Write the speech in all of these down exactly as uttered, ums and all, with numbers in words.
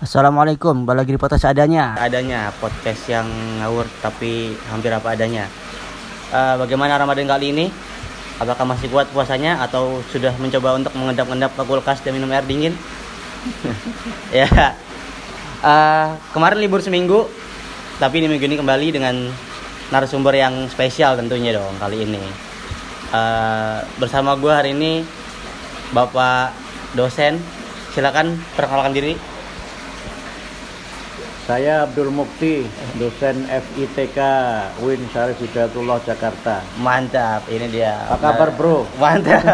Assalamualaikum, kembali lagi di podcast adanya. Adanya podcast yang ngawur tapi hampir apa adanya. Uh, bagaimana Ramadan kali ini? Apakah masih kuat puasanya atau sudah mencoba untuk mengendap-endap ke kulkas dan minum air dingin? Ya, uh, kemarin libur seminggu, tapi di minggu ini kembali dengan narasumber yang spesial tentunya dong kali ini. Uh, bersama gue hari ini Bapak dosen, silakan perkenalkan diri. Saya Abdul Mukti, dosen F I T K U I N Syarif Hidayatullah Jakarta. Mantap, ini dia. Apa kabar bro? Mantap.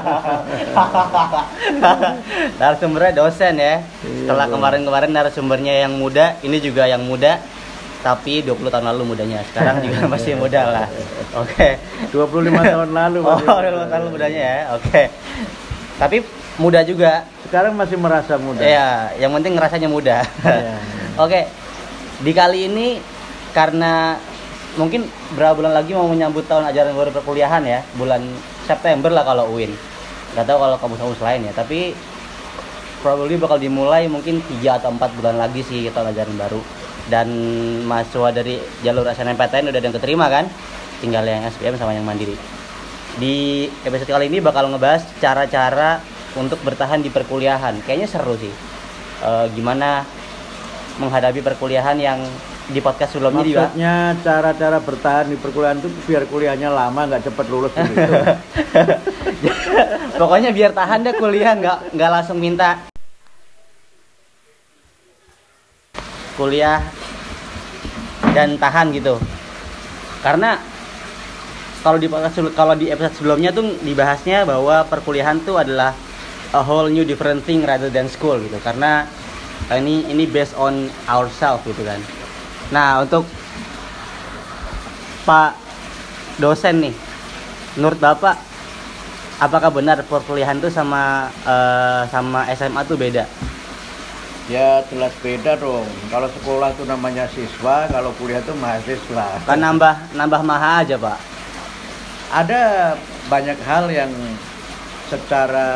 Narasumbernya dosen ya. Iya, Setelah bro. kemarin-kemarin narasumbernya yang muda, ini juga yang muda. Tapi dua puluh tahun lalu mudanya. Sekarang juga masih muda lah. Oke. dua puluh lima tahun lalu. Oh, dua puluh lima tahun mudanya ya. Oke. Tapi muda juga. Sekarang masih merasa muda. Iya, yang penting ngerasanya muda. Iya. Oke, di kali ini karena mungkin berapa bulan lagi mau menyambut tahun ajaran baru perkuliahan ya, bulan September lah kalau U I N. Gak tahu kalau kampus-kampus lain ya, tapi probably bakal dimulai mungkin tiga atau empat bulan lagi sih tahun ajaran baru. Dan mahasiswa dari jalur S N M P T N udah ada yang keterima kan, tinggal yang S B M sama yang mandiri. Di episode kali ini bakal ngebahas cara-cara untuk bertahan di perkuliahan. Kayaknya seru sih. E, gimana menghadapi perkuliahan yang di podcast sebelumnya juga. Maksudnya cara-cara bertahan di perkuliahan itu biar kuliahnya lama, nggak cepat lulus gitu. Pokoknya biar tahan deh kuliah, nggak nggak langsung minta kuliah dan tahan gitu. Karena kalau di podcast kalau di episode sebelumnya tuh dibahasnya bahwa perkuliahan tuh adalah a whole new different thing rather than school gitu. Karena ini ini based on ourselves gitu kan. Nah, untuk Pak dosen nih, menurut Bapak apakah benar perkuliahan tuh sama uh, sama S M A tuh beda? Ya jelas beda dong. Kalau sekolah itu namanya siswa, kalau kuliah itu mahasiswa. Kan nambah nambah maha aja, Pak. Ada banyak hal yang secara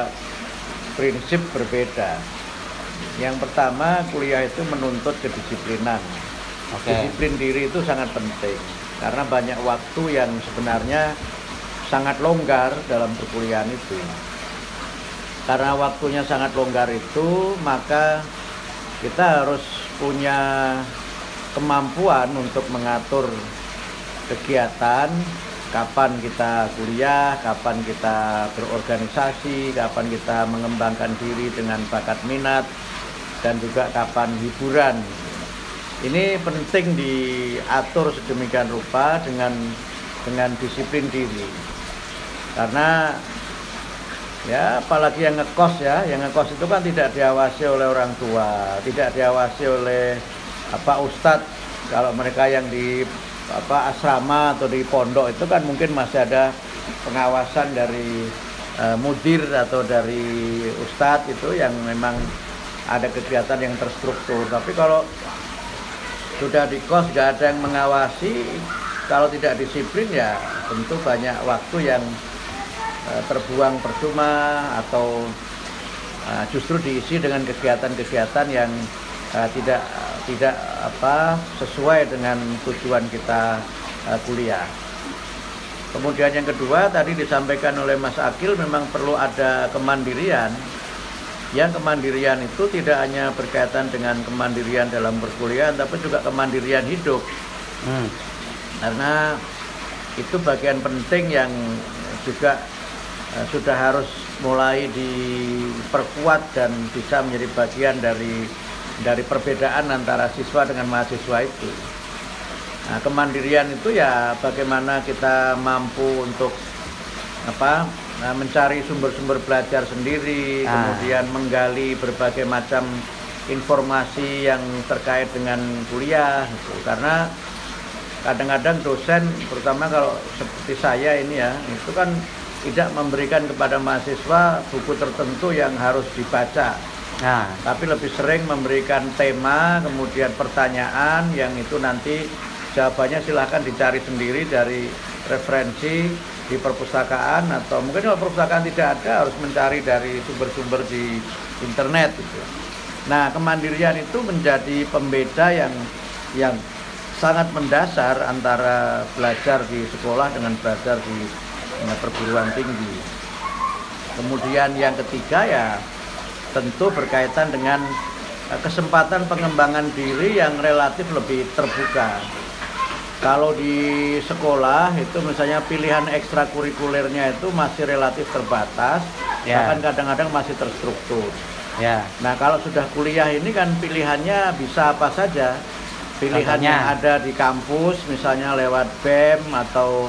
prinsip berbeda. Yang pertama, kuliah itu menuntut kedisiplinan. Oke. Disiplin diri itu sangat penting karena banyak waktu yang sebenarnya sangat longgar dalam perkuliahan itu. Karena waktunya sangat longgar itu, maka kita harus punya kemampuan untuk mengatur kegiatan, kapan kita kuliah, kapan kita berorganisasi, kapan kita mengembangkan diri dengan bakat minat, dan juga kapan hiburan. Ini penting diatur sedemikian rupa dengan dengan disiplin diri. Karena ya apalagi yang ngekos ya, yang ngekos itu kan tidak diawasi oleh orang tua, tidak diawasi oleh apa ustadz. Kalau mereka yang di apa asrama atau di pondok itu kan mungkin masih ada pengawasan dari uh, mudir atau dari ustadz itu yang memang ada kegiatan yang terstruktur. Tapi kalau sudah di kos gak ada yang mengawasi, kalau tidak disiplin ya tentu banyak waktu yang uh, terbuang percuma atau uh, justru diisi dengan kegiatan-kegiatan yang uh, tidak tidak apa sesuai dengan tujuan kita uh, kuliah. Kemudian yang kedua tadi disampaikan oleh Mas Akil, memang perlu ada kemandirian. Yang kemandirian itu tidak hanya berkaitan dengan kemandirian dalam perkuliahan, tapi juga kemandirian hidup. Hmm. Karena itu bagian penting yang juga uh, sudah harus mulai diperkuat dan bisa menjadi bagian dari dari perbedaan antara siswa dengan mahasiswa itu. Nah, kemandirian itu ya bagaimana kita mampu untuk apa? Nah, mencari sumber-sumber belajar sendiri, ah. kemudian menggali berbagai macam informasi yang terkait dengan kuliah gitu. Karena kadang-kadang dosen, terutama kalau seperti saya ini ya, itu kan tidak memberikan kepada mahasiswa buku tertentu yang harus dibaca. Nah, tapi lebih sering memberikan tema, kemudian pertanyaan yang itu nanti jawabannya silahkan dicari sendiri dari referensi di perpustakaan, atau mungkin kalau perpustakaan tidak ada harus mencari dari sumber-sumber di internet gitu. Nah, kemandirian itu menjadi pembeda yang yang sangat mendasar antara belajar di sekolah dengan belajar di eh, perguruan tinggi. Kemudian yang ketiga ya tentu berkaitan dengan eh, kesempatan pengembangan diri yang relatif lebih terbuka. Kalau di sekolah itu misalnya pilihan ekstrakurikulernya itu masih relatif terbatas, Ya. bahkan kadang-kadang masih terstruktur. Ya. Nah, kalau sudah kuliah ini kan pilihannya bisa apa saja. Pilihan Contohnya? yang ada di kampus, misalnya lewat B E M atau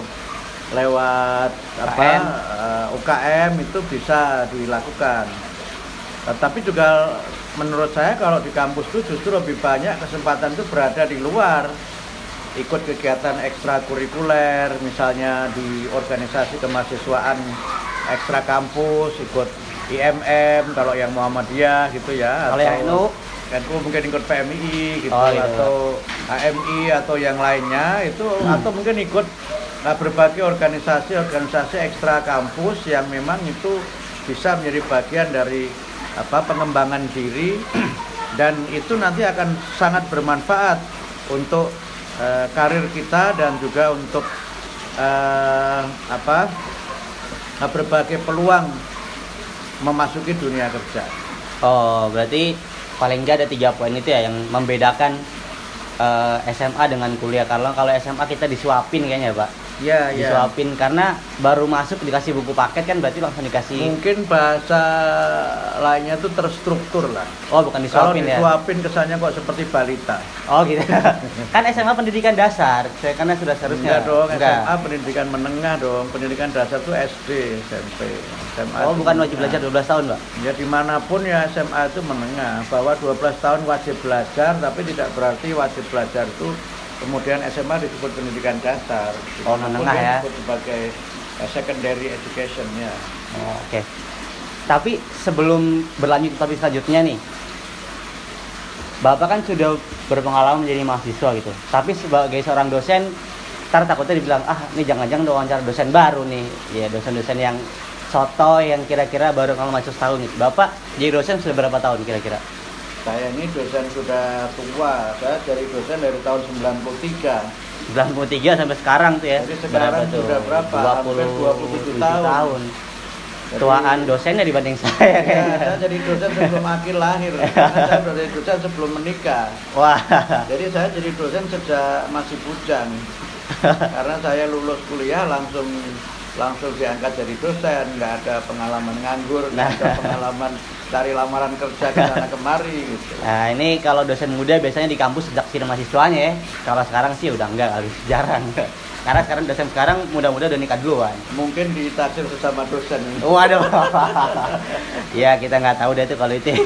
lewat apa U K M. eh, U K M itu bisa dilakukan. Eh, tapi juga menurut saya kalau di kampus itu justru lebih banyak kesempatan itu berada di luar, ikut kegiatan ekstrakurikuler, misalnya di organisasi kemahasiswaan ekstra kampus, ikut I M M kalau yang Muhammadiyah gitu ya, Kalau yang N U? N U mungkin ikut P M I I gitu, Oh, gitu. atau H M I atau yang lainnya itu, atau mungkin ikut nah, berbagai organisasi-organisasi ekstra kampus yang memang itu bisa menjadi bagian dari apa pengembangan diri dan itu nanti akan sangat bermanfaat untuk eh, karir kita dan juga untuk eh, apa berbagai peluang memasuki dunia kerja. Oh, berarti paling nggak ada tiga poin itu ya yang membedakan eh, S M A dengan kuliah. Kalau kalau S M A kita disuapin kayaknya, Pak. Ya, ya. Disuapin karena baru masuk dikasih buku paket kan berarti langsung dikasih. Mungkin bahasa lainnya itu terstruktur lah. Oh, bukan Kalau disuapin ya. disuapin kesannya kok seperti balita. Oh, gitu. Kan S M A pendidikan dasar. Saya karena sudah seharusnya. Enggak dong, Enggak. S M A pendidikan menengah dong. Pendidikan dasar itu S D, S M P. S M A Oh, itu bukan wajib menengah. belajar dua belas tahun, Pak. Ya dimanapun ya S M A itu menengah. Bahwa dua belas tahun wajib belajar, tapi tidak berarti wajib belajar itu kemudian S M A disebut pendidikan dasar. Oh, Dimanapun menengah dia ya. disebut sebagai eh, secondary education ya. Oh, oke. Tapi sebelum berlanjut ke topik selanjutnya nih, Bapak kan sudah berpengalaman menjadi mahasiswa gitu. Tapi sebagai seorang dosen, ntar takutnya dibilang, ah ini jangan-jangan udah wawancara dosen baru nih. Ya dosen-dosen yang soto yang kira-kira baru kalau masuk setahun gitu. Bapak jadi dosen sudah berapa tahun kira-kira? Saya ini dosen sudah tua. Saya jadi dosen dari tahun sembilan puluh tiga. sembilan puluh tiga sampai sekarang tuh ya. Jadi sekarang sudah berapa? Hampir dua puluh tujuh tahun. Jadi- Tuaan dosennya dibanding saya Ya, kayaknya. saya jadi dosen sebelum Akil lahir. Karena saya sudah jadi dosen sebelum menikah. Wah. Jadi saya jadi dosen sejak masih bujang. Karena saya lulus kuliah langsung langsung diangkat jadi dosen, nggak ada pengalaman nganggur, nggak ada pengalaman cari lamaran kerja ke sana kemari gitu. Nah ini kalau dosen muda biasanya di kampus sejak sini mahasiswanya ya. Kalau sekarang sih udah enggak kali, jarang. Karena sekarang dosen sekarang muda-muda udah nikah duluan. Mungkin ditaksir sesama dosen. Waduh. Ya kita nggak tahu deh itu kalau itu.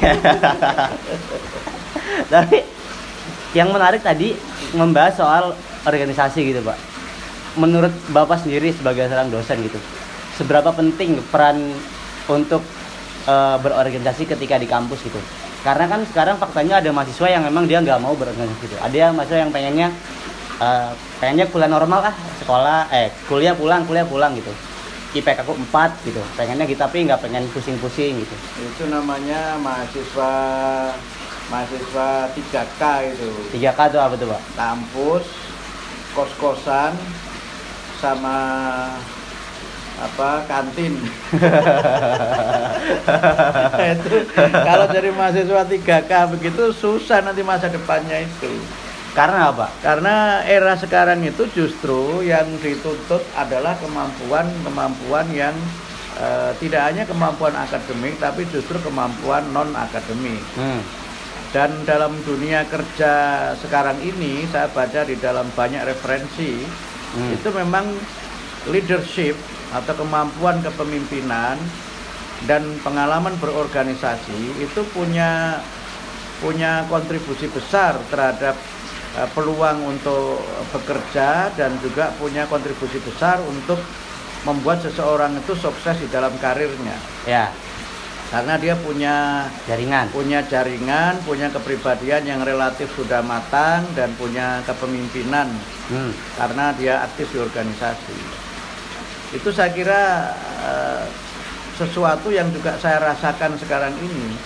Tapi yang menarik tadi membahas soal organisasi gitu Pak. Menurut Bapak sendiri sebagai seorang dosen gitu, seberapa penting peran untuk e, berorganisasi ketika di kampus gitu? Karena kan sekarang faktanya ada mahasiswa yang memang dia nggak mau berorganisasi gitu. Ada mahasiswa yang pengennya e, pengennya kuliah normal ah, sekolah eh kuliah pulang kuliah pulang gitu. I P K ku empat gitu. Pengennya gitu tapi nggak pengen pusing-pusing gitu. Itu namanya mahasiswa mahasiswa tiga K itu. tiga K itu apa tuh, Pak? Kampus, kos-kosan, sama apa kantin. Itu kalau jadi mahasiswa tiga K begitu susah nanti masa depannya itu. Karena apa? Karena era sekarang itu justru yang dituntut adalah kemampuan-kemampuan yang eh, tidak hanya kemampuan akademik tapi justru kemampuan non akademik. Hmm. Dan dalam dunia kerja sekarang ini saya baca di dalam banyak referensi, Hmm. itu memang leadership atau kemampuan kepemimpinan dan pengalaman berorganisasi itu punya punya kontribusi besar terhadap uh, peluang untuk bekerja dan juga punya kontribusi besar untuk membuat seseorang itu sukses di dalam karirnya. Ya, Karena dia punya jaringan. punya jaringan, punya kepribadian yang relatif sudah matang dan punya kepemimpinan Hmm. karena dia aktif di organisasi. Itu saya kira eh, sesuatu yang juga saya rasakan sekarang ini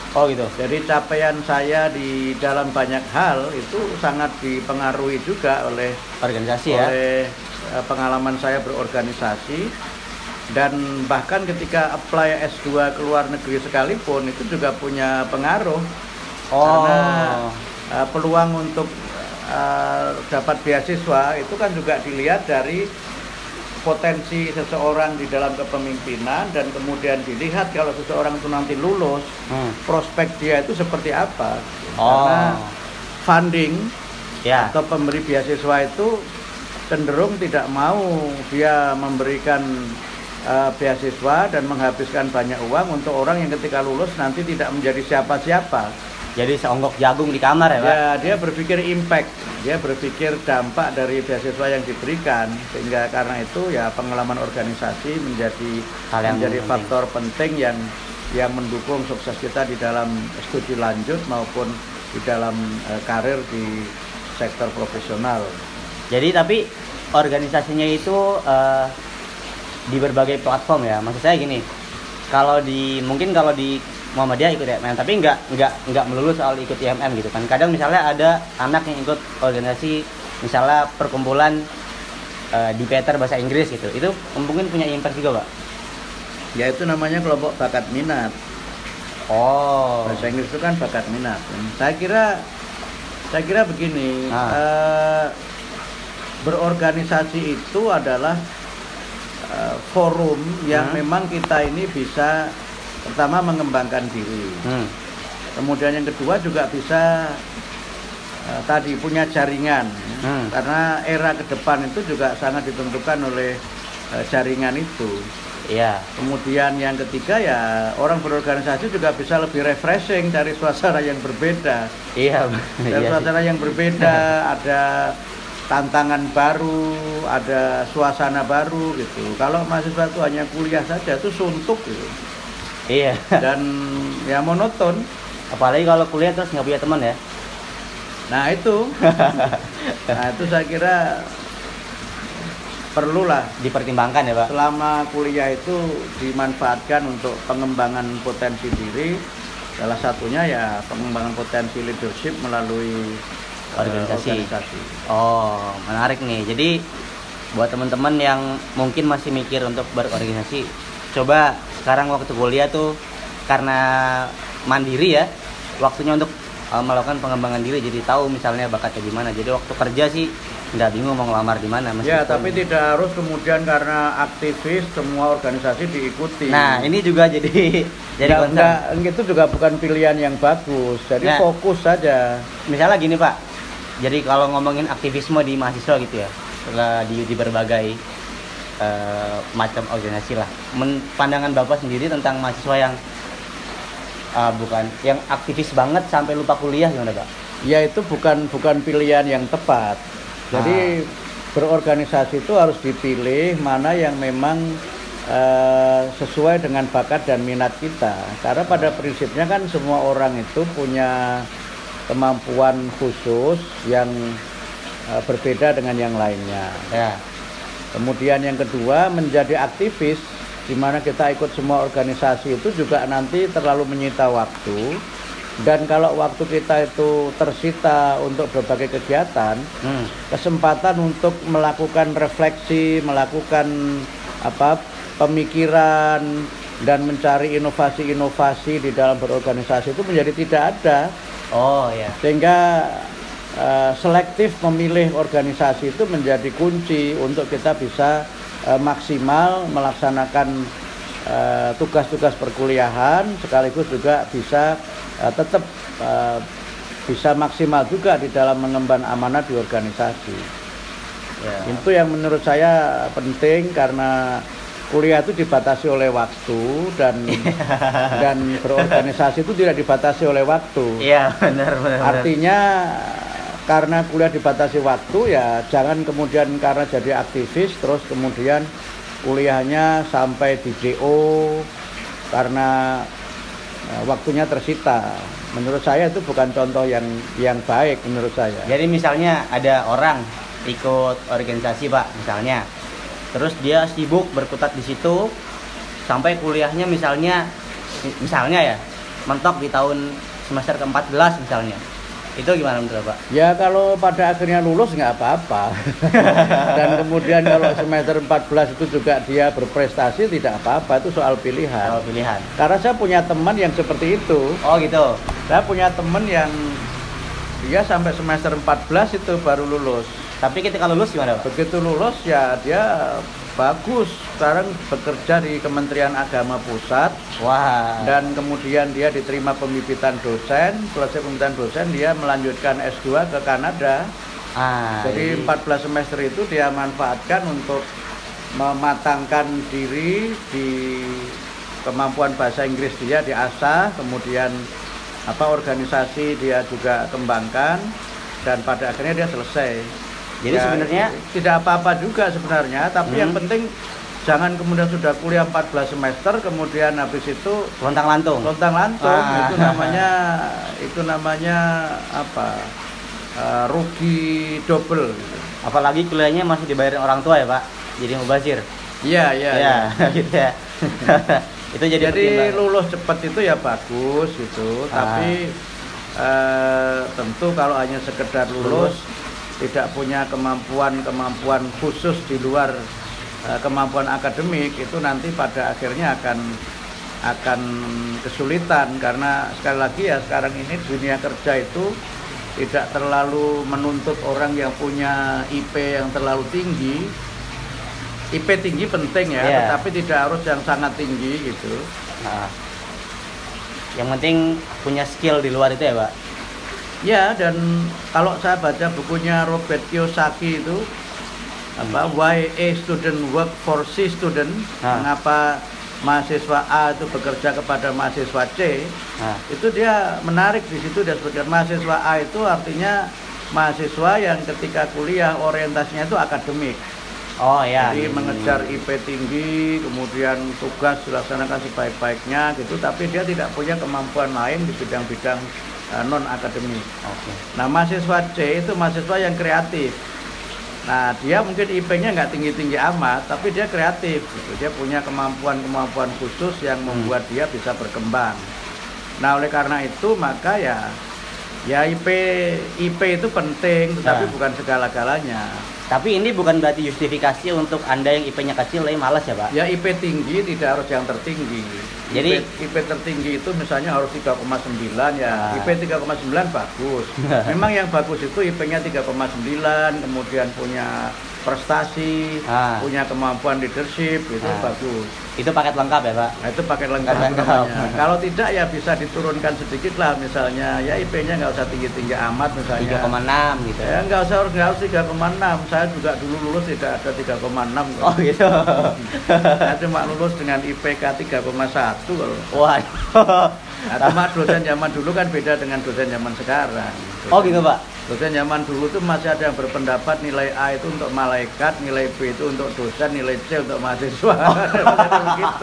Oh gitu. Jadi capaian saya di dalam banyak hal itu sangat dipengaruhi juga oleh Organisasi ya. oleh eh, pengalaman saya berorganisasi, dan bahkan ketika apply S dua ke luar negeri sekalipun itu juga punya pengaruh. Oh. Karena uh, peluang untuk uh, dapat beasiswa itu kan juga dilihat dari potensi seseorang di dalam kepemimpinan, dan kemudian dilihat kalau seseorang itu nanti lulus, hmm. prospek dia itu seperti apa. Oh. Karena funding Ya. atau pemberi beasiswa itu cenderung tidak mau dia memberikan uh, beasiswa dan menghabiskan banyak uang untuk orang yang ketika lulus nanti tidak menjadi siapa-siapa. Jadi seonggok jagung di kamar ya Pak? Ya, dia berpikir impact, dia berpikir dampak dari beasiswa yang diberikan, sehingga karena itu ya pengalaman organisasi menjadi Hal yang menjadi penting. faktor penting yang yang mendukung sukses kita di dalam studi lanjut maupun di dalam uh, karir di sektor profesional. Jadi tapi organisasinya itu uh, di berbagai platform ya. Maksud saya gini, kalau di mungkin kalau di Muhammadiyah ikut I M M, tapi nggak nggak nggak melulu soal ikut I M M gitu kan. Kadang misalnya ada anak yang ikut organisasi, misalnya perkumpulan uh, di Peter bahasa Inggris gitu, itu mungkin punya impact juga Pak. Ya itu namanya kelompok bakat minat. Oh. Bahasa Inggris itu kan bakat minat. Saya kira saya kira begini, Ah. eh, berorganisasi itu adalah eh, forum yang Hmm. memang kita ini bisa pertama mengembangkan diri, Hmm. kemudian yang kedua juga bisa eh, tadi punya jaringan, Hmm. karena era ke depan itu juga sangat ditentukan oleh eh, jaringan itu. Iya. Kemudian yang ketiga ya orang berorganisasi juga bisa lebih refreshing dari suasana yang berbeda. Iya. Dari Iya sih. suasana yang berbeda, ada tantangan baru, ada suasana baru gitu. Kalau mahasiswa itu hanya kuliah saja itu suntuk gitu. Iya. Dan ya monoton. Apalagi kalau kuliah terus nggak punya teman ya. Nah itu, nah itu saya kira perlulah Dipertimbangkan ya Pak. selama kuliah itu dimanfaatkan untuk pengembangan potensi diri. Salah satunya ya pengembangan potensi leadership melalui eh, Organisasi. organisasi. Oh, menarik nih. Jadi buat teman-teman yang mungkin masih mikir untuk berorganisasi, coba sekarang waktu kuliah tuh karena mandiri ya, waktunya untuk uh, melakukan pengembangan diri. Jadi tahu misalnya bakatnya gimana. Jadi waktu kerja sih nggak bingung mau ngelamar di mana. Ya, meskipun- tapi tidak harus kemudian karena aktivis semua organisasi diikuti. Nah, ini juga jadi jadi Nggak- concern. nggak, itu juga bukan pilihan yang bagus. Jadi Nah. fokus saja. Misalnya gini Pak, jadi kalau ngomongin aktivisme di mahasiswa gitu ya, setelah di, di berbagai eh, macam organisasi lah, Men, pandangan Bapak sendiri tentang mahasiswa yang ah, bukan, yang aktivis banget sampai lupa kuliah gimana Pak? Ya itu bukan bukan pilihan yang tepat. Jadi berorganisasi itu harus dipilih mana yang memang eh, sesuai dengan bakat dan minat kita. Karena pada prinsipnya kan semua orang itu punya kemampuan khusus yang eh, berbeda dengan yang lainnya. Ya. Kemudian yang kedua, menjadi aktivis di mana kita ikut semua organisasi itu juga nanti terlalu menyita waktu. Dan kalau waktu kita itu tersita untuk berbagai kegiatan, Hmm. kesempatan untuk melakukan refleksi, melakukan apa pemikiran dan mencari inovasi-inovasi di dalam berorganisasi itu menjadi tidak ada. Oh ya. Sehingga uh, selektif memilih organisasi itu menjadi kunci untuk kita bisa uh, maksimal melaksanakan uh, tugas-tugas perkuliahan, sekaligus juga bisa uh, tetap uh, bisa maksimal juga di dalam mengemban amanah di organisasi. Ya. Itu yang menurut saya penting, karena kuliah itu dibatasi oleh waktu dan dan berorganisasi itu tidak dibatasi oleh waktu. Iya benar benar. benar. Artinya karena kuliah dibatasi waktu, ya jangan kemudian karena jadi aktivis terus kemudian kuliahnya sampai di D O karena uh, waktunya tersita. Menurut saya itu bukan contoh yang yang baik menurut saya. Jadi misalnya ada orang ikut organisasi Pak, misalnya, terus dia sibuk berkutat di situ sampai kuliahnya misalnya, misalnya ya, mentok di tahun semester ke empat belas misalnya. Itu gimana menurut Pak? Ya kalau pada akhirnya lulus nggak apa-apa. Dan kemudian kalau semester empat belas itu juga dia berprestasi tidak apa-apa, itu soal pilihan. Soal pilihan. Karena saya punya teman yang seperti itu. Oh gitu. Saya punya teman yang dia sampai semester empat belas itu baru lulus. Tapi ketika lulus gimana Pak? Begitu lulus ya dia bagus. Sekarang bekerja di Kementerian Agama Pusat. Wah. Dan kemudian dia diterima pembibitan dosen. Selesai pembibitan dosen dia melanjutkan S dua ke Kanada. Ah, Jadi jadi empat belas semester itu dia manfaatkan untuk mematangkan diri di kemampuan bahasa Inggris dia diasah, kemudian apa organisasi dia juga kembangkan, dan pada akhirnya dia selesai. Jadi Ya, sebenarnya tidak apa-apa juga sebenarnya, tapi Hmm. yang penting jangan kemudian sudah kuliah empat belas semester kemudian habis itu lontang-lantung. lontang-lantung. Ah. Itu namanya itu namanya apa? Uh, rugi double gitu. Apalagi kuliahnya masih dibayarin orang tua ya Pak. Jadi mubazir. Iya, iya, Ya, gitu ya. Itu jadi, Jadi pertimbangan. lulus cepat itu ya bagus gitu, Ah. tapi eh, tentu kalau hanya sekedar lulus, tidak punya kemampuan-kemampuan khusus di luar eh, kemampuan akademik, itu nanti pada akhirnya akan akan kesulitan, karena sekali lagi ya sekarang ini dunia kerja itu tidak terlalu menuntut orang yang punya I P yang terlalu tinggi. I P tinggi penting ya, Yeah. tetapi tidak harus yang sangat tinggi gitu. Nah, yang penting punya skill di luar itu ya Pak. Ya, dan kalau saya baca bukunya Robert Kiyosaki itu apa Why A Student Work for C Student, Ah. mengapa mahasiswa A itu bekerja kepada mahasiswa C, Nah, itu dia menarik di situ. Dia sebutkan mahasiswa A itu artinya mahasiswa yang ketika kuliah orientasinya itu akademik. oh ya. Jadi mengejar I P tinggi, kemudian tugas dilaksanakan sebaik-baiknya gitu, tapi dia tidak punya kemampuan lain di bidang-bidang uh, non akademik. Oke. Nah, mahasiswa C itu mahasiswa yang kreatif. Nah, dia mungkin I P-nya nggak tinggi-tinggi amat, tapi dia kreatif gitu. Dia punya kemampuan-kemampuan khusus yang membuat dia bisa berkembang. Nah, oleh karena itu maka ya ya I P I P itu penting, tetapi Nah. bukan segala-galanya. Tapi ini bukan berarti justifikasi untuk Anda yang I P-nya kecil tapi malas ya Pak. Ya I P tinggi tidak harus yang tertinggi. Jadi- I P, I P tertinggi itu misalnya harus tiga koma sembilan ya. Ah. I P tiga koma sembilan bagus. Memang yang bagus itu I P-nya tiga koma sembilan, kemudian punya prestasi, Ah. punya kemampuan leadership, itu Ah. bagus. Itu paket lengkap ya Pak. Nah, itu paket lengkap Paket lengkap. namanya. Kalau tidak ya bisa diturunkan sedikit lah, misalnya ya I P-nya nggak usah tinggi-tinggi amat misalnya. tiga koma enam gitu. Ya nggak usah harus nggak harus tiga koma enam. Saya juga dulu lulus tidak ada tiga koma enam kok. Oh gitu. Saya cuma lulus dengan I P K tiga koma satu kalau. Waduh. Nah, cuma dosen zaman dulu kan beda dengan dosen zaman sekarang. Dosen, Oh gitu Pak. Dosen zaman dulu tuh masih ada yang berpendapat nilai A itu untuk malaikat, nilai B itu untuk dosen, nilai C untuk mahasiswa. Begitu.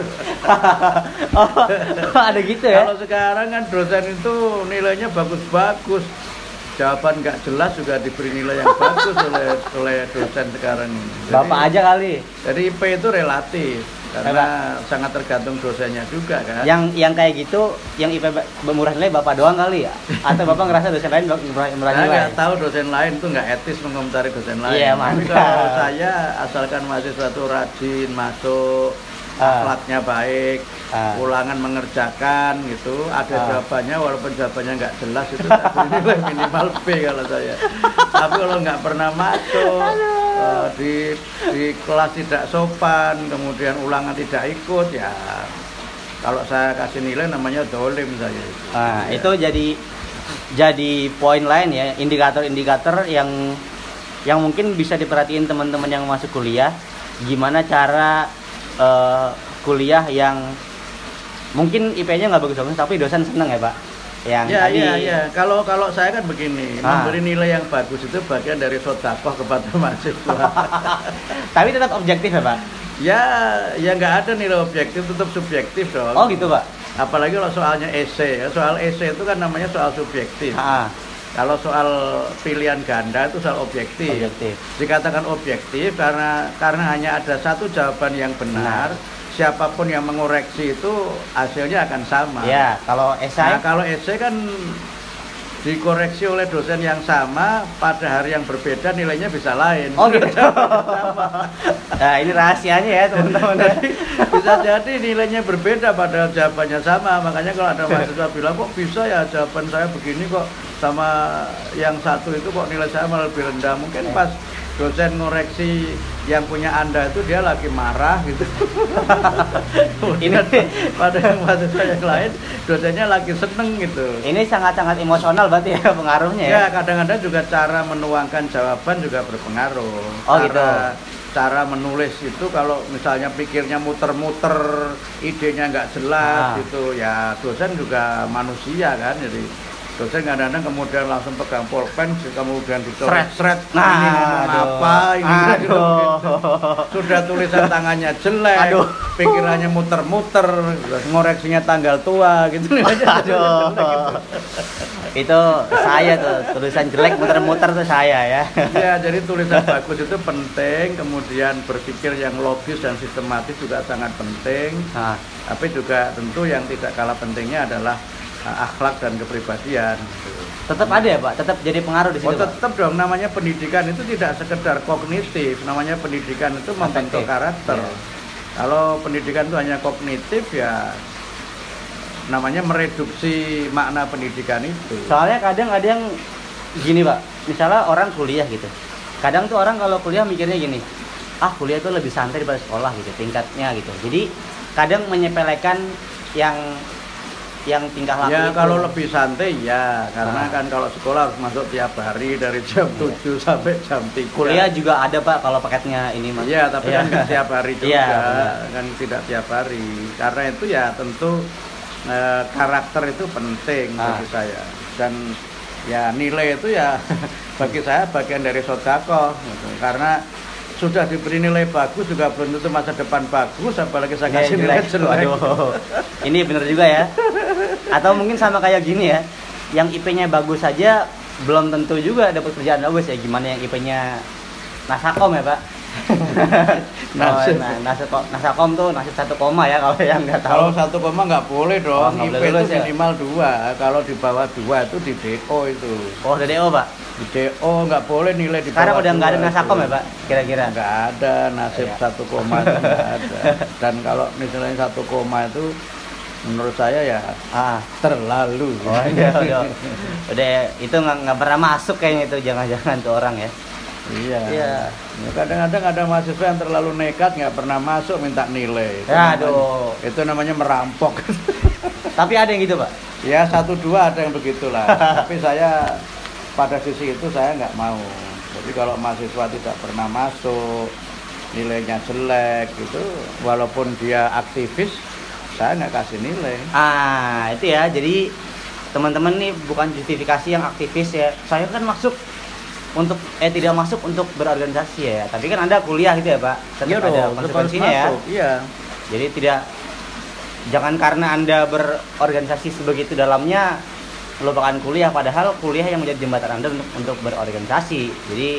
Oh, ada gitu ya. Kalau sekarang kan dosen itu nilainya bagus-bagus. Jawaban nggak jelas juga diberi nilai yang bagus oleh oleh dosen sekarang ini. Jadi- Bapak aja kali. Jadi I P itu relatif karena sangat tergantung dosennya juga kan. Yang yang kayak gitu, yang I P ba- murah nilai Bapak doang kali ya? Atau Bapak ngerasa dosen lain murah, murah Saya nilai? nggak tahu dosen lain itu nggak etis mengomentari dosen lain. Iya, Tapi mantap. kalau saya asalkan mahasiswa itu rajin masuk, Ah. akhlaknya baik, Ah. ulangan mengerjakan gitu, ada Ah. jawabannya walaupun jawabannya nggak jelas itu saya beri nilai minimal B kalau saya. Tapi kalau nggak pernah masuk, eh, di di kelas tidak sopan, kemudian ulangan tidak ikut, ya kalau saya kasih nilai namanya dolim saya. Nah, Ya. itu jadi jadi poin lain ya, indikator-indikator yang yang mungkin bisa diperhatiin teman-teman yang masuk kuliah, gimana cara eh, kuliah yang mungkin I P-nya nggak bagus-bagus tapi dosen seneng ya Pak. Yang Ya, tadi ya, ya. Kalau kalau saya kan begini, Ah. memberi nilai yang bagus itu bagian dari sedekah kepada mahasiswa. tapi tetap objektif ya Pak. Ya, ya nggak ada nilai objektif, tetap subjektif dong. Oh gitu Pak. Apalagi kalau soalnya esai, ya. Soal esai itu kan namanya soal subjektif. Ah, Kalau soal pilihan ganda itu soal objektif. objektif. Dikatakan objektif karena karena hanya ada satu jawaban yang benar, siapapun yang mengoreksi itu hasilnya akan sama. Ya, kalau esai Nah, kalau esai kan dikoreksi oleh dosen yang sama pada hari yang berbeda nilainya bisa lain. Oh gitu. Nah, ini rahasianya ya teman-teman. Bisa jadi nilainya berbeda padahal jawabannya sama. Makanya kalau ada mahasiswa bilang kok bisa ya jawaban saya begini kok sama yang satu itu kok nilai saya malah lebih rendah. Mungkin pas dosen ngoreksi yang punya Anda itu dia lagi marah gitu. Ini pada yang mahasiswa yang lain dosennya lagi seneng gitu. Ini sangat-sangat emosional berarti ya pengaruhnya ya. Ya, kadang-kadang juga cara menuangkan jawaban juga berpengaruh. Oh, cara, gitu. Cara menulis itu kalau misalnya pikirnya muter-muter, idenya nggak jelas Ah. gitu, ya dosen juga manusia kan, jadi dosen kadang-kadang kemudian langsung pegang pulpen, kemudian dicoret seret, Nah, ini ngomong aduh. apa, ini gitu. Aduh. Sudah tulisan tangannya jelek, Aduh. pikirannya muter-muter, ngoreksinya tanggal tua gitu. Aduh. Itu saya tuh, tulisan jelek muter-muter tuh saya ya. Ya, jadi tulisan bagus itu penting, kemudian berpikir yang logis dan sistematis juga sangat penting. Nah, Tapi juga tentu yang tidak kalah pentingnya adalah uh, akhlak dan kepribadian. tetap ada ya Pak, tetap jadi pengaruh di situ Oh, Pak? tetap dong, namanya pendidikan itu tidak sekedar kognitif, namanya pendidikan itu membentuk Afektif. karakter. Ya. Kalau pendidikan itu hanya kognitif ya namanya mereduksi makna pendidikan itu. Soalnya kadang ada yang gini Pak, misalnya orang kuliah gitu. Kadang tuh orang kalau kuliah mikirnya gini, ah kuliah itu lebih santai daripada sekolah gitu, tingkatnya gitu. Jadi kadang menyepelekan yang yang tingkah laku Ya itu. kalau lebih santai ya, karena Ah. kan kalau sekolah harus masuk tiap hari dari jam tujuh sampai jam tiga. Kuliah juga ada Pak kalau paketnya ini Mas. Iya, tapi kan Iya. nggak tiap hari juga, Iya, benar. kan tidak tiap hari. Karena itu ya tentu eh, karakter itu penting Ah. bagi saya. Dan ya nilai itu ya bagi saya bagian dari sodako, gitu. Karena sudah diberi nilai bagus juga belum tentu masa depan bagus, apalagi saya Iya, kasih nilai jelek. Waduh. Ini bener juga ya. Atau mungkin sama kayak gini ya. Yang I P-nya bagus saja belum tentu juga dapat kerjaan bagus ya. Gimana yang I P-nya nasakom ya, Pak? Nasib. Oh, nah, nasib, nasakom tuh nasib satu koma ya kalau yang nggak Kalau tahu. satu koma nggak boleh Oh, dong, nggak I P boleh itu lulus ya? minimal dua. Kalau di bawah dua itu di D O itu. Oh, D O Pak. Di D O nggak boleh nilai di bawah. Sekarang udah nggak ada dua nasakom itu. ya, Pak? Kira-kira. Nggak ada, nasib Iya. satu koma itu nggak ada. Dan kalau misalnya satu koma itu menurut saya ya Ah. terlalu. Oh, iya, udah. Udah itu nggak nggak pernah masuk kayaknya itu, jangan-jangan tuh orang ya. Iya. Iya. Ya, kadang-kadang ada mahasiswa yang terlalu nekat nggak pernah masuk minta nilai. Itu Ya, namanya- aduh. Itu namanya merampok. Tapi ada yang gitu, Pak. Ya satu dua ada yang begitulah. Tapi saya pada sisi itu saya nggak mau. Jadi kalau mahasiswa tidak pernah masuk, nilainya jelek gitu, walaupun dia aktivis, saya nggak kasih nilai. Ah, itu ya. Jadi teman-teman nih bukan justifikasi yang aktivis ya. Saya kan masuk untuk eh tidak masuk untuk berorganisasi ya. Tapi kan Anda kuliah gitu ya, Pak. Tetap Iya ada dong, tetap harus konsekuensinya ya. masuk. Iya. Jadi tidak jangan karena Anda berorganisasi sebegitu dalamnya melupakan kuliah, padahal kuliah yang menjadi jembatan Anda untuk untuk berorganisasi. Jadi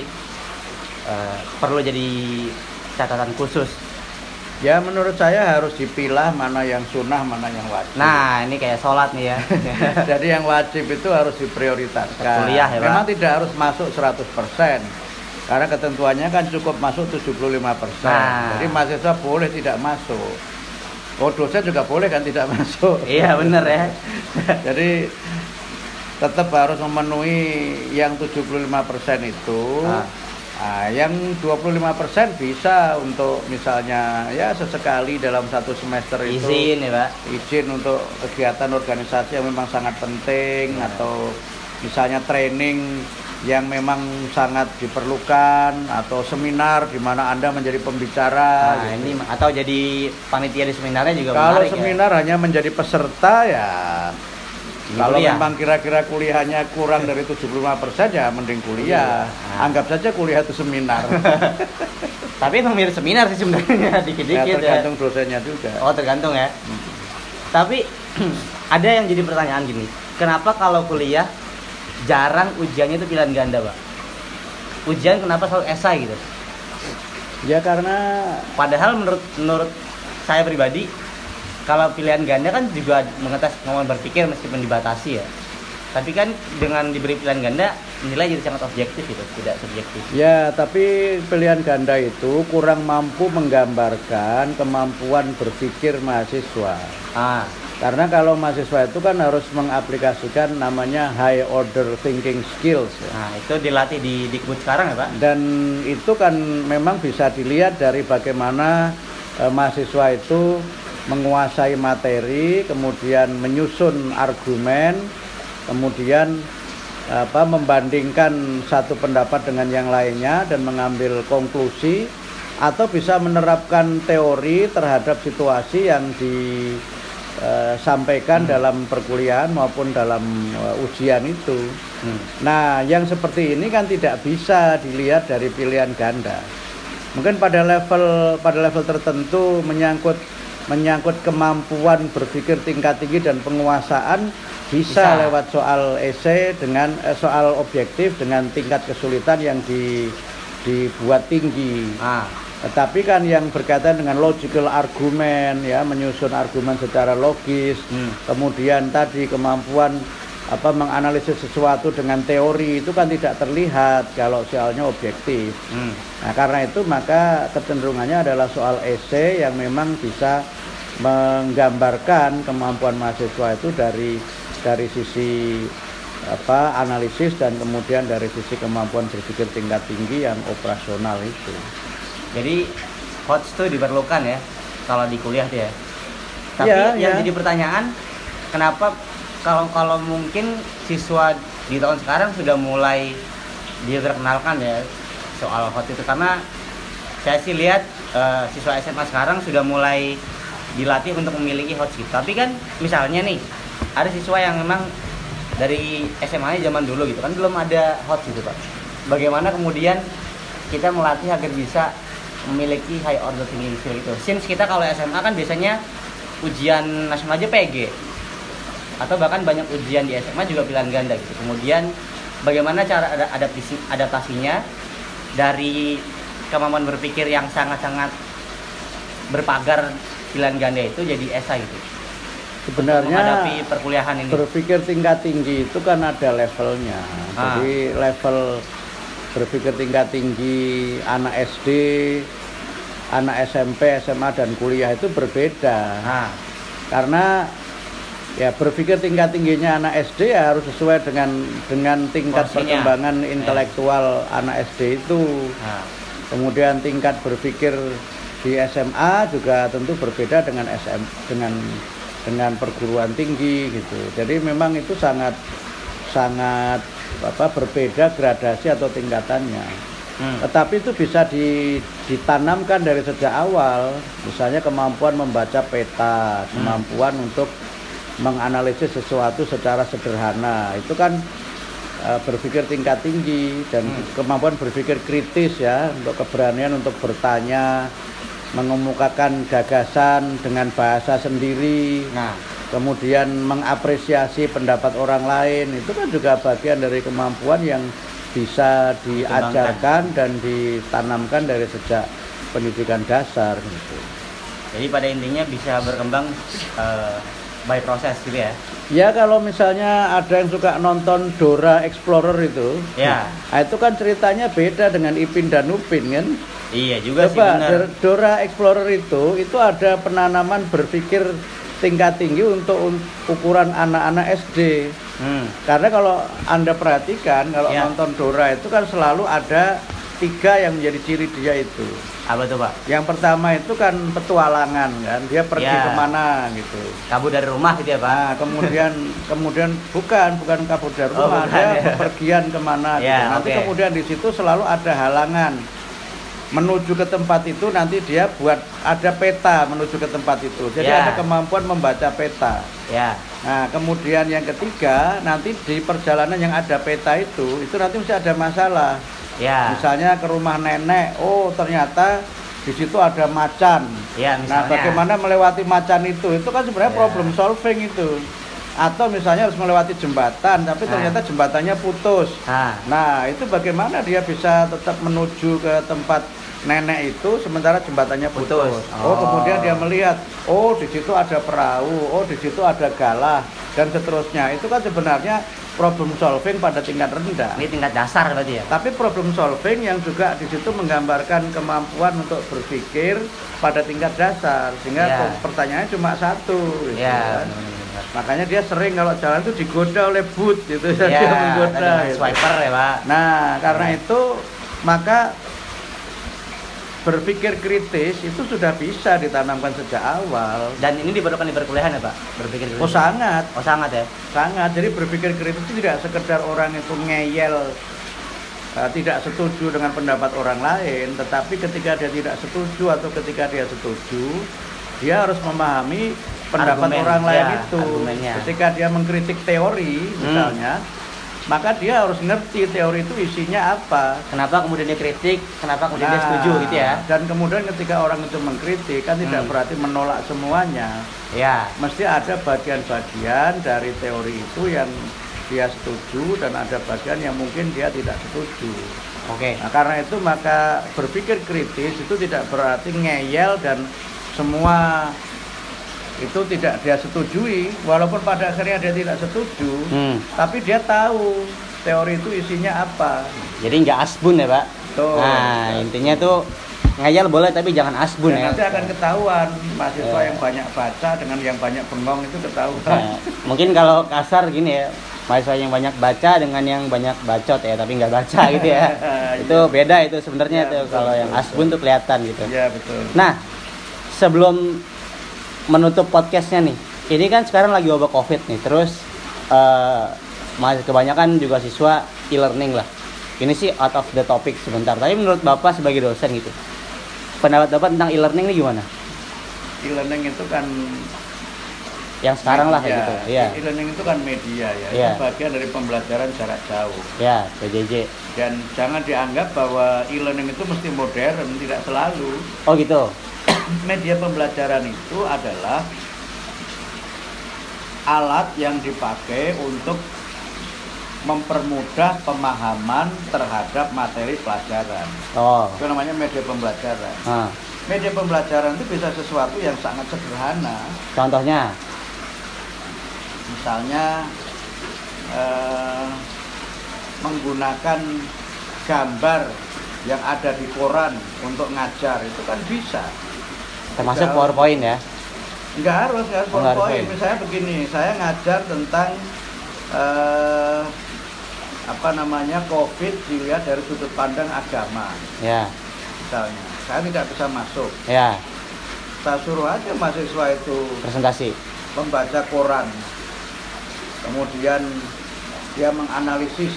eh, perlu jadi catatan khusus. Ya menurut saya harus dipilah mana yang sunnah, mana yang wajib. Nah, ini kayak sholat nih ya. Jadi yang wajib itu harus diprioritaskan. Kuliah ya, Pak? Memang tidak harus masuk seratus persen. Karena ketentuannya kan cukup masuk tujuh puluh lima persen. Nah. Jadi mahasiswa boleh tidak masuk. Oh, dosen juga boleh kan tidak masuk. Iya bener ya. Jadi tetap harus memenuhi yang tujuh puluh lima persen itu. Ah. Nah, yang dua puluh lima persen bisa untuk misalnya ya sesekali dalam satu semester itu Izin ya, Pak. izin untuk kegiatan organisasi yang memang sangat penting, Ya. atau misalnya training yang memang sangat diperlukan, atau seminar di mana Anda menjadi pembicara. Nah, gitu. ini atau jadi panitia di seminarnya juga Kalau menarik seminar hanya menjadi peserta ya, Ini kalau kuliah. memang kira-kira kuliahnya kurang dari tujuh puluh lima persen ya mending kuliah. Nah. Anggap saja kuliah itu seminar. ya. Tapi emang mirip seminar sih sebenarnya Ya, dikit-dikit ya. tergantung dosennya juga. Oh, tergantung ya. Tapi ada yang jadi pertanyaan gini. Kenapa kalau kuliah jarang ujiannya itu pilihan ganda, Pak? Ujian kenapa selalu esai gitu? Ya karena Padahal menurut menurut saya pribadi kalau pilihan ganda kan juga mengetes kemampuan berpikir meskipun dibatasi ya. Tapi kan dengan diberi pilihan ganda nilai jadi sangat objektif gitu, tidak subjektif. Ya, tapi pilihan ganda itu kurang mampu menggambarkan kemampuan berpikir mahasiswa. Ah, Karena kalau mahasiswa itu kan harus mengaplikasikan namanya high order thinking skills ya. nah itu dilatih di Dikbud sekarang ya Pak? Dan itu kan memang bisa dilihat dari bagaimana eh, mahasiswa itu menguasai materi, kemudian menyusun argumen, kemudian apa membandingkan satu pendapat dengan yang lainnya dan mengambil konklusi, atau bisa menerapkan teori terhadap situasi yang disampaikan hmm. dalam perkuliahan maupun dalam uh, ujian itu. Hmm. Nah, yang seperti ini kan tidak bisa dilihat dari pilihan ganda. Mungkin pada level pada level tertentu menyangkut menyangkut kemampuan berpikir tingkat tinggi dan penguasaan bisa, bisa. lewat soal esai dengan eh, soal objektif dengan tingkat kesulitan yang di, dibuat tinggi. Ah. Tetapi kan yang berkaitan dengan logical argument ya, menyusun argumen secara logis, hmm. kemudian tadi kemampuan apa menganalisis sesuatu dengan teori itu kan tidak terlihat kalau soalnya objektif. Hmm. Nah, karena itu maka kecenderungannya adalah soal esai yang memang bisa menggambarkan kemampuan mahasiswa itu dari dari sisi apa analisis dan kemudian dari sisi kemampuan berpikir tingkat tinggi yang operasional itu. Jadi coach itu diperlukan ya kalau di kuliah dia. Tapi ya, yang ya. jadi pertanyaan, kenapa kalau kalau mungkin siswa di tahun sekarang sudah mulai dia terkenalkan ya soal hot itu, karena saya sih lihat uh, siswa S M A sekarang sudah mulai dilatih untuk memiliki hot skill. Tapi kan misalnya nih ada siswa yang memang dari S M A-nya zaman dulu gitu kan belum ada hot gitu Pak. Bagaimana kemudian kita melatih agar bisa memiliki high order thinking skill itu? Since kita kalau S M A kan biasanya ujian nasional aja P G atau bahkan banyak ujian di S M A juga pilihan ganda gitu. Kemudian bagaimana cara adaptasi adaptasinya dari kemampuan berpikir yang sangat-sangat berpagar pilihan ganda itu jadi esai gitu. Sebenarnya menghadapi perkuliahan ini. Berpikir tingkat tinggi itu kan ada levelnya. Ah. Jadi level berpikir tingkat tinggi anak S D, anak S M P, S M A dan kuliah itu berbeda. Ah. Karena ya berpikir tingkat tingginya anak S D ya harus sesuai dengan dengan tingkat Porsinya. perkembangan intelektual eh. anak S D itu. Ah. Kemudian tingkat berpikir di S M A juga tentu berbeda dengan S M dengan dengan perguruan tinggi gitu. Jadi memang itu sangat sangat apa berbeda gradasi atau tingkatannya. Hmm. Tetapi itu bisa ditanamkan dari sejak awal. Misalnya kemampuan membaca peta, kemampuan hmm. untuk menganalisis sesuatu secara sederhana. Itu kan uh, berpikir tingkat tinggi dan hmm. kemampuan berpikir kritis ya, untuk keberanian untuk bertanya, mengemukakan gagasan dengan bahasa sendiri, nah. kemudian mengapresiasi pendapat orang lain, itu kan juga bagian dari kemampuan yang bisa diajarkan dan ditanamkan dari sejak pendidikan dasar gitu. Jadi pada intinya bisa berkembang uh, by proses gitu ya? Ya, kalau misalnya ada yang suka nonton Dora Explorer itu, ya. Nah, itu kan ceritanya beda dengan Ipin dan Upin kan? Iya juga Coba, sih benar. Dora Explorer itu itu ada penanaman berpikir tingkat tinggi untuk ukuran anak-anak S D. Hmm. Karena kalau Anda perhatikan kalau ya. nonton Dora itu kan selalu ada tiga yang menjadi ciri dia itu. Apa tuh Pak? Yang pertama itu kan petualangan kan, dia pergi ya. kemana gitu. Kabur dari rumah gitu ya Pak? Nah, kemudian kemudian bukan bukan kabur dari rumah, oh, dia ya. bepergian kemana ya, gitu. Nanti okay. kemudian di situ selalu ada halangan. Menuju ke tempat itu nanti dia buat ada peta menuju ke tempat itu. Jadi ya. ada kemampuan membaca peta. Ya. Nah, kemudian yang ketiga nanti di perjalanan yang ada peta itu, itu nanti mesti ada masalah. Ya. Misalnya ke rumah nenek, oh ternyata di situ ada macan. Ya, nah, bagaimana melewati macan itu? Itu kan sebenarnya ya. problem solving itu. Atau misalnya harus melewati jembatan, tapi ternyata jembatannya putus. Nah. nah, itu bagaimana dia bisa tetap menuju ke tempat nenek itu sementara jembatannya putus. Putus. Oh. Oh. Kemudian dia melihat, oh di situ ada perahu, oh di situ ada galah dan seterusnya. Itu kan sebenarnya problem solving pada tingkat rendah. Ini tingkat dasar berarti ya. Tapi problem solving yang juga di situ menggambarkan kemampuan untuk berpikir pada tingkat dasar, sehingga Ya. pertanyaannya cuma satu. Gitu, Ya. kan. Makanya dia sering kalau jalan itu digoda oleh but, gitu, Ya, dia menggoda. ada Gitu. swiper ya Pak. Nah, karena Ya. itu maka berpikir kritis itu sudah bisa ditanamkan sejak awal. Dan ini diperlukan di perkuliahan ya Pak? Berpikir kritis. Oh sangat, Oh sangat ya. sangat. Jadi berpikir kritis itu tidak sekedar orang itu ngeyel, uh, tidak setuju dengan pendapat orang lain, tetapi ketika dia tidak setuju atau ketika dia setuju, dia harus memahami pendapat Argumen, orang lain ya, itu. argumennya. Ketika dia mengkritik teori misalnya, maka dia harus ngerti teori itu isinya apa. Kenapa kemudian dia kritik? Kenapa kemudian dia Nah, setuju gitu ya? Dan kemudian ketika orang itu mengkritik kan tidak Hmm. berarti menolak semuanya. Ya. Mesti ada bagian-bagian dari teori itu yang dia setuju dan ada bagian yang mungkin dia tidak setuju. Oke. Nah, karena itu maka berpikir kritis itu tidak berarti ngeyel dan semua itu tidak dia setujui, walaupun pada akhirnya dia tidak setuju, Hmm. tapi dia tahu teori itu isinya apa. Jadi nggak asbun ya Pak? Tuh. Nah intinya tuh ngayal boleh tapi jangan asbun Dan ya. nanti akan ketahuan mahasiswa Ya. yang banyak baca dengan yang banyak bengong itu ketahuan. Nah, mungkin kalau kasar gini ya, mahasiswa yang banyak baca dengan yang banyak bacot ya, tapi nggak baca gitu ya. Itu beda itu sebenarnya Ya, tuh betul, kalau betul, yang betul. asbun tuh kelihatan gitu. Ya betul. Nah, sebelum menutup podcastnya nih, ini kan sekarang lagi wabah COVID nih, terus eh masih kebanyakan juga siswa e-learning lah. Ini sih out of the topic sebentar, tapi menurut Bapak sebagai dosen gitu, pendapat Bapak tentang e-learning ini gimana? E-learning itu kan Yang sekarang lah kayak media. gitu, iya. E-learning itu kan media ya, Iya. itu bagian dari pembelajaran jarak jauh. Ya, P J J. Dan jangan dianggap bahwa e-learning itu mesti modern, tidak selalu. Oh gitu. Media pembelajaran itu adalah alat yang dipakai untuk mempermudah pemahaman terhadap materi pelajaran. Oh. Itu namanya media pembelajaran. Ah. Media pembelajaran itu bisa sesuatu yang sangat sederhana. Contohnya? Misalnya eh, menggunakan gambar yang ada di koran untuk ngajar, itu kan bisa. Termasuk Bisa. PowerPoint ya? Nggak harus, nggak harus Oh, nggak harus PowerPoint. PowerPoint. Misalnya begini, saya ngajar tentang eh, apa namanya COVID dilihat dari sudut pandang agama, Ya. misalnya. Saya tidak bisa masuk. Ya. Saya suruh aja mahasiswa itu Presentasi. membaca koran, kemudian dia menganalisis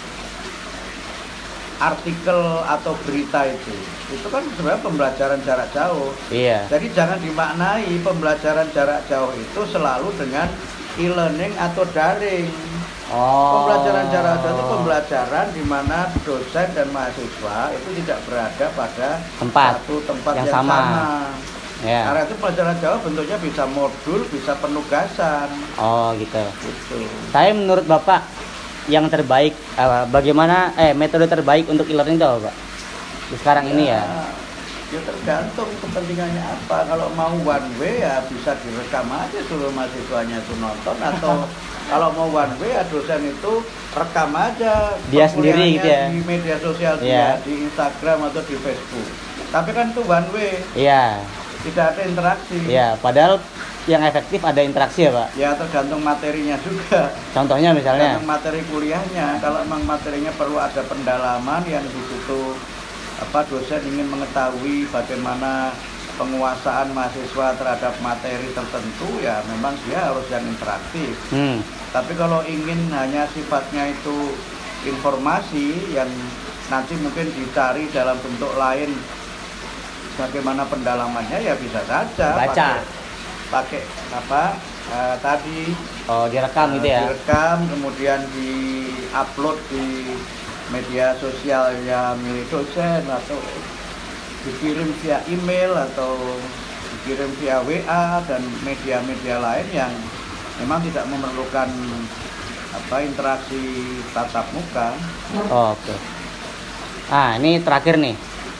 artikel atau berita itu. Itu kan sebenarnya pembelajaran jarak jauh. Iya. Jadi jangan dimaknai pembelajaran jarak jauh itu selalu dengan e-learning atau daring. Oh. Pembelajaran jarak jauh itu pembelajaran di mana dosen dan mahasiswa itu tidak berada pada Tempat satu tempat yang yang, sama. sama. Ya. Karena itu pelajaran jauh bentuknya bisa modul, bisa penugasan. Oh gitu. Gitu. Tapi menurut Bapak yang terbaik eh, bagaimana eh metode terbaik untuk e-learning itu apa, Pak? Di sekarang ini ya. Ya tergantung kepentingannya apa. Kalau mau one way ya bisa direkam aja suruh mahasiswanya itu nonton, atau kalau mau one way ya dosen itu rekam aja Dia sendiri gitu ya. di media sosial Iya. dia, di Instagram atau di Facebook. Tapi kan itu one way, Iya. tidak ada interaksi. Iya, padahal yang efektif ada interaksi ya, Pak. Ya tergantung materinya juga. Contohnya misalnya. Tergantung materi kuliahnya. Kalau memang materinya perlu ada pendalaman yang di situ apa dosen ingin mengetahui bagaimana penguasaan mahasiswa terhadap materi tertentu, ya memang dia harus yang interaktif. Hmm. Tapi kalau ingin hanya sifatnya itu informasi yang nanti mungkin dicari dalam bentuk lain bagaimana pendalamannya, ya bisa saja Baca. pakai, pakai apa eh, tadi Oh, direkam gitu ya. direkam kemudian di-upload di media sosialnya milik dosen, atau dikirim via email, atau dikirim via W A dan media-media lain yang memang tidak memerlukan apa interaksi tatap muka. Oh, oke. Ah, ini terakhir nih.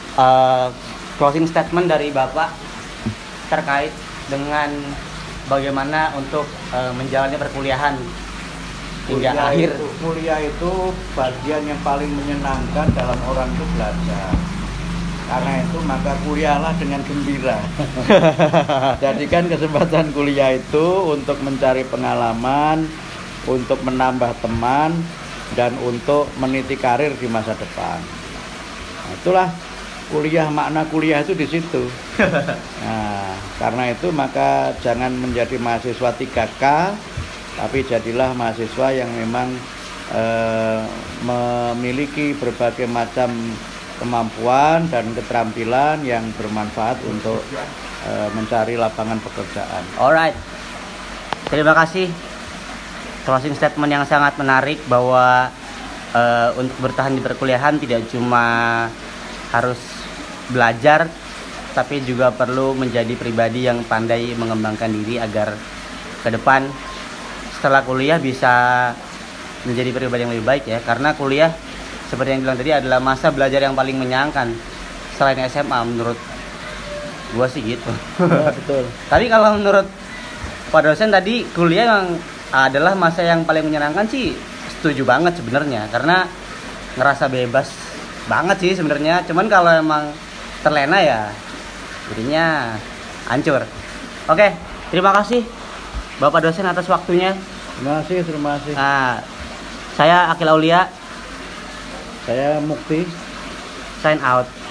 eh, closing statement dari Bapak terkait dengan bagaimana untuk eh, menjalani perkuliahan hingga Kuliah akhir. itu, kuliah itu bagian yang paling menyenangkan dalam orang itu belajar. Karena itu maka kuliahlah dengan gembira. Jadikan kesempatan kuliah itu untuk mencari pengalaman, untuk menambah teman, dan untuk meniti karir di masa depan. Nah, itulah kuliah, makna kuliah itu di situ. Nah, karena itu maka jangan menjadi mahasiswa tiga K, tapi jadilah mahasiswa yang memang eh, memiliki berbagai macam kemampuan dan keterampilan yang bermanfaat untuk uh, mencari lapangan pekerjaan. Alright, terima kasih. Closing statement yang sangat menarik bahwa uh, untuk bertahan di perkuliahan tidak cuma harus belajar, tapi juga perlu menjadi pribadi yang pandai mengembangkan diri agar ke depan setelah kuliah bisa menjadi pribadi yang lebih baik ya. Karena kuliah seperti yang bilang tadi adalah masa belajar yang paling menyenangkan selain S M A menurut gua sih gitu. Ya, betul. Tapi kalau menurut Pak dosen tadi kuliah yang adalah masa yang paling menyenangkan sih setuju banget sebenarnya, karena ngerasa bebas banget sih sebenarnya. Cuman kalau emang terlena ya jadinya hancur. Oke, terima kasih Bapak dosen atas waktunya. Terima kasih, terima kasih. Nah, saya Akil Aulia, Saya Mukti. sign out.